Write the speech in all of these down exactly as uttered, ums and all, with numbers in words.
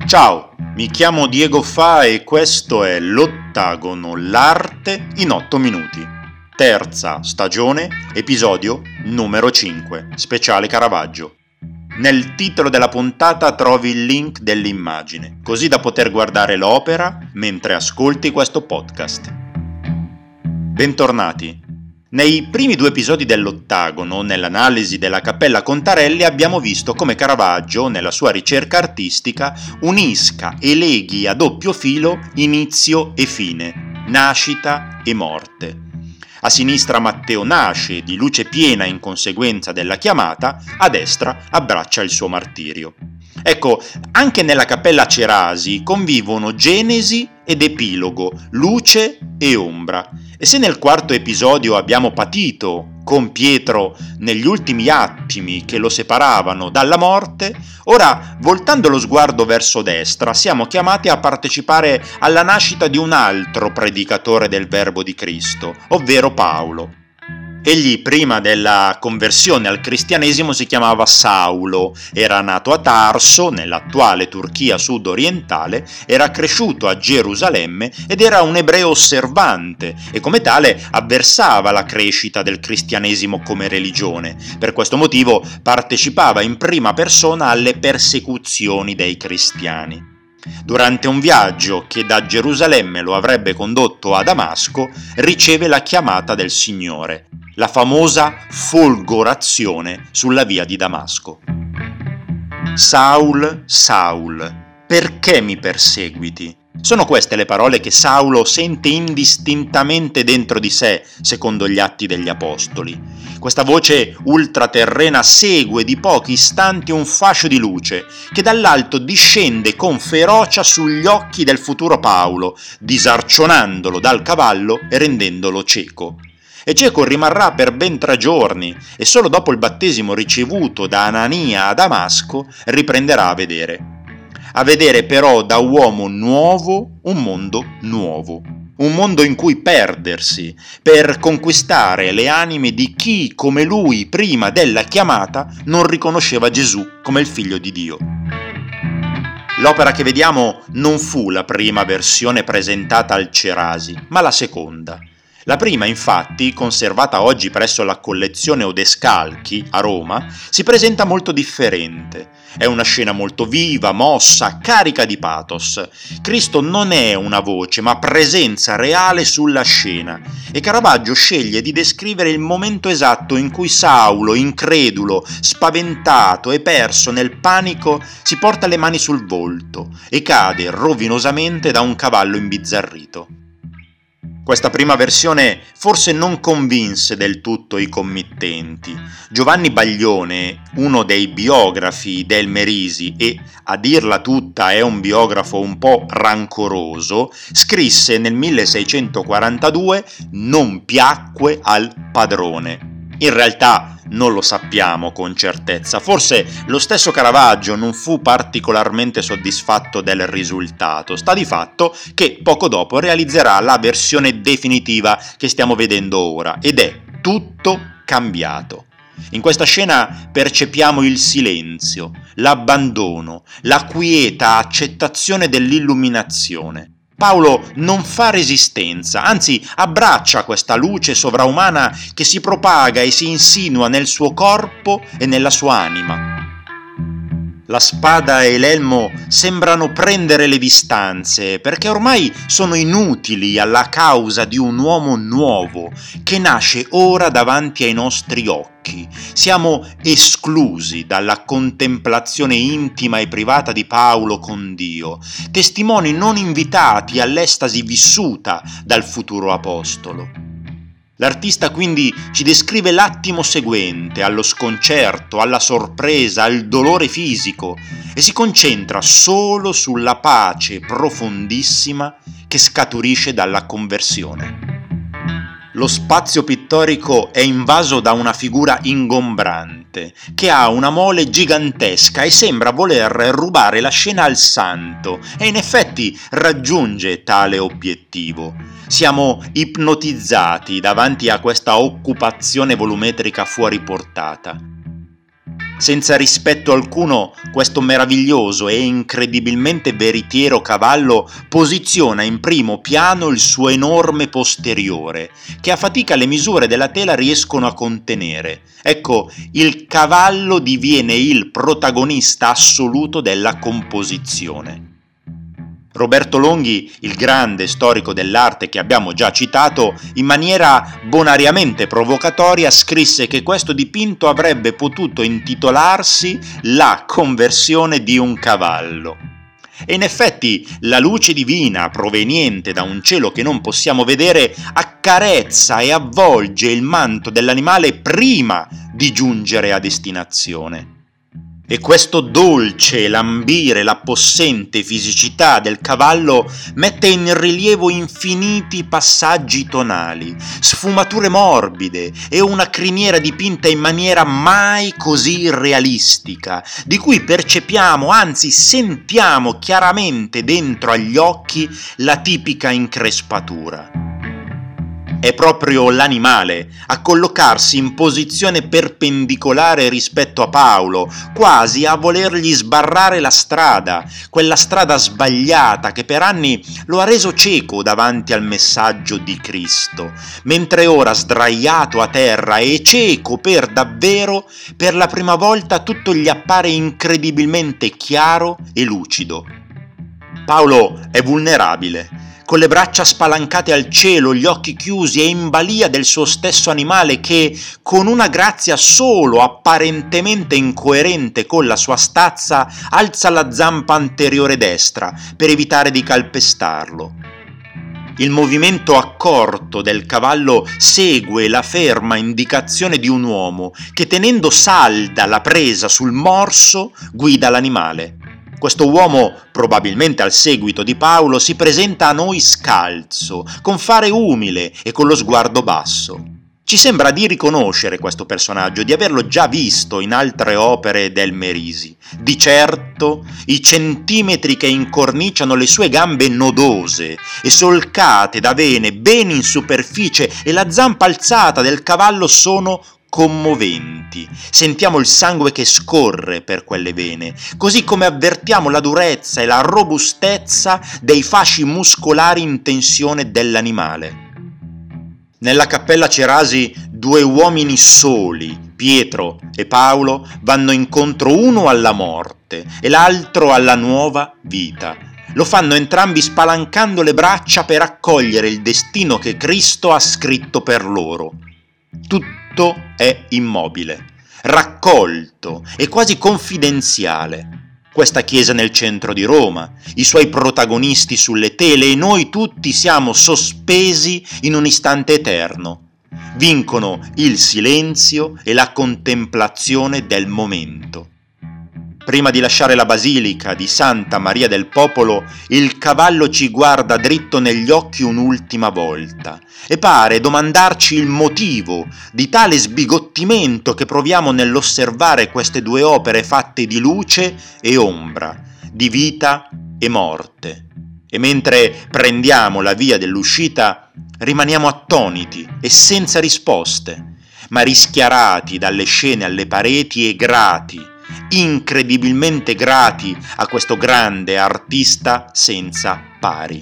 Ciao, mi chiamo Diego Fa e questo è L'Ottagono, l'arte in otto minuti. Terza stagione, episodio numero cinque, speciale Caravaggio. Nel titolo della puntata trovi il link dell'immagine, così da poter guardare l'opera mentre ascolti questo podcast. Bentornati. Nei primi due episodi dell'Ottagono, nell'analisi della Cappella Contarelli, abbiamo visto come Caravaggio, nella sua ricerca artistica, unisca e leghi a doppio filo inizio e fine, nascita e morte. A sinistra Matteo nasce di luce piena in conseguenza della chiamata, a destra abbraccia il suo martirio. Ecco, anche nella Cappella Cerasi convivono genesi ed epilogo, luce e ombra. E se nel quarto episodio abbiamo patito con Pietro negli ultimi attimi che lo separavano dalla morte, ora, voltando lo sguardo verso destra, siamo chiamati a partecipare alla nascita di un altro predicatore del Verbo di Cristo, ovvero Paolo. Egli, prima della conversione al cristianesimo, si chiamava Saulo, era nato a Tarso, nell'attuale Turchia sud-orientale, era cresciuto a Gerusalemme ed era un ebreo osservante e come tale avversava la crescita del cristianesimo come religione. Per questo motivo partecipava in prima persona alle persecuzioni dei cristiani. Durante un viaggio che da Gerusalemme lo avrebbe condotto a Damasco, riceve la chiamata del Signore, la famosa folgorazione sulla via di Damasco. Saul, Saul, perché mi perseguiti? Sono queste le parole che Saulo sente indistintamente dentro di sé, secondo gli Atti degli Apostoli. Questa voce ultraterrena segue di pochi istanti un fascio di luce che dall'alto discende con ferocia sugli occhi del futuro Paolo, disarcionandolo dal cavallo e rendendolo cieco. E cieco rimarrà per ben tre giorni e solo dopo il battesimo ricevuto da Anania a Damasco riprenderà a vedere. A vedere però da uomo nuovo un mondo nuovo, un mondo in cui perdersi per conquistare le anime di chi come lui prima della chiamata non riconosceva Gesù come il figlio di Dio. L'opera che vediamo non fu la prima versione presentata al Cerasi, ma la seconda. La prima, infatti, conservata oggi presso la collezione Odescalchi a Roma, si presenta molto differente. È una scena molto viva, mossa, carica di pathos. Cristo non è una voce, ma presenza reale sulla scena. E Caravaggio sceglie di descrivere il momento esatto in cui Saulo, incredulo, spaventato e perso nel panico, si porta le mani sul volto e cade rovinosamente da un cavallo imbizzarrito. Questa prima versione forse non convinse del tutto i committenti. Giovanni Baglione, uno dei biografi del Merisi e, a dirla tutta, è un biografo un po' rancoroso, scrisse nel milleseicentoquarantadue «Non piacque al padrone». In realtà non lo sappiamo con certezza, forse lo stesso Caravaggio non fu particolarmente soddisfatto del risultato, sta di fatto che poco dopo realizzerà la versione definitiva che stiamo vedendo ora ed è tutto cambiato. In questa scena percepiamo il silenzio, l'abbandono, la quieta accettazione dell'illuminazione. Paolo non fa resistenza, anzi abbraccia questa luce sovraumana che si propaga e si insinua nel suo corpo e nella sua anima. La spada e l'elmo sembrano prendere le distanze perché ormai sono inutili alla causa di un uomo nuovo che nasce ora davanti ai nostri occhi. Siamo esclusi dalla contemplazione intima e privata di Paolo con Dio, testimoni non invitati all'estasi vissuta dal futuro apostolo. L'artista quindi ci descrive l'attimo seguente, allo sconcerto, alla sorpresa, al dolore fisico, e si concentra solo sulla pace profondissima che scaturisce dalla conversione. Lo spazio pittorico è invaso da una figura ingombrante, che ha una mole gigantesca e sembra voler rubare la scena al santo, e in effetti raggiunge tale obiettivo. Siamo ipnotizzati davanti a questa occupazione volumetrica fuori portata. Senza rispetto alcuno, questo meraviglioso e incredibilmente veritiero cavallo posiziona in primo piano il suo enorme posteriore, che a fatica le misure della tela riescono a contenere. Ecco, il cavallo diviene il protagonista assoluto della composizione. Roberto Longhi, il grande storico dell'arte che abbiamo già citato, in maniera bonariamente provocatoria scrisse che questo dipinto avrebbe potuto intitolarsi La conversione di un cavallo. E in effetti la luce divina proveniente da un cielo che non possiamo vedere accarezza e avvolge il manto dell'animale prima di giungere a destinazione. E questo dolce lambire la possente fisicità del cavallo mette in rilievo infiniti passaggi tonali, sfumature morbide e una criniera dipinta in maniera mai così realistica, di cui percepiamo, anzi sentiamo chiaramente dentro agli occhi la tipica increspatura. È proprio l'animale a collocarsi in posizione perpendicolare rispetto a Paolo, quasi a volergli sbarrare la strada, quella strada sbagliata che per anni lo ha reso cieco davanti al messaggio di Cristo, mentre ora sdraiato a terra e cieco per davvero, per la prima volta tutto gli appare incredibilmente chiaro e lucido. Paolo è vulnerabile, con le braccia spalancate al cielo, gli occhi chiusi e in balia del suo stesso animale che, con una grazia solo apparentemente incoerente con la sua stazza, alza la zampa anteriore destra per evitare di calpestarlo. Il movimento accorto del cavallo segue la ferma indicazione di un uomo che, tenendo salda la presa sul morso, guida l'animale. Questo uomo, probabilmente al seguito di Paolo, si presenta a noi scalzo, con fare umile e con lo sguardo basso. Ci sembra di riconoscere questo personaggio, di averlo già visto in altre opere del Merisi. Di certo, i centimetri che incorniciano le sue gambe nodose e solcate da vene ben in superficie e la zampa alzata del cavallo sono commoventi. Sentiamo il sangue che scorre per quelle vene, così come avvertiamo la durezza e la robustezza dei fasci muscolari in tensione dell'animale. Nella cappella Cerasi due uomini soli, Pietro e Paolo, vanno incontro uno alla morte e l'altro alla nuova vita. Lo fanno entrambi spalancando le braccia per accogliere il destino che Cristo ha scritto per loro. Tutto è immobile, raccolto e quasi confidenziale. Questa chiesa nel centro di Roma, i suoi protagonisti sulle tele e noi tutti siamo sospesi in un istante eterno. Vincono il silenzio e la contemplazione del momento. Prima di lasciare la basilica di Santa Maria del Popolo, il cavallo ci guarda dritto negli occhi un'ultima volta e pare domandarci il motivo di tale sbigottimento che proviamo nell'osservare queste due opere fatte di luce e ombra, di vita e morte. E mentre prendiamo la via dell'uscita, rimaniamo attoniti e senza risposte, ma rischiarati dalle scene alle pareti e grati, incredibilmente grati a questo grande artista senza pari.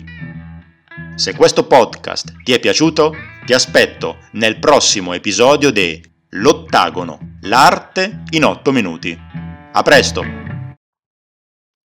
Se questo podcast ti è piaciuto, ti aspetto nel prossimo episodio di L'Ottagono, l'arte in otto minuti. A presto!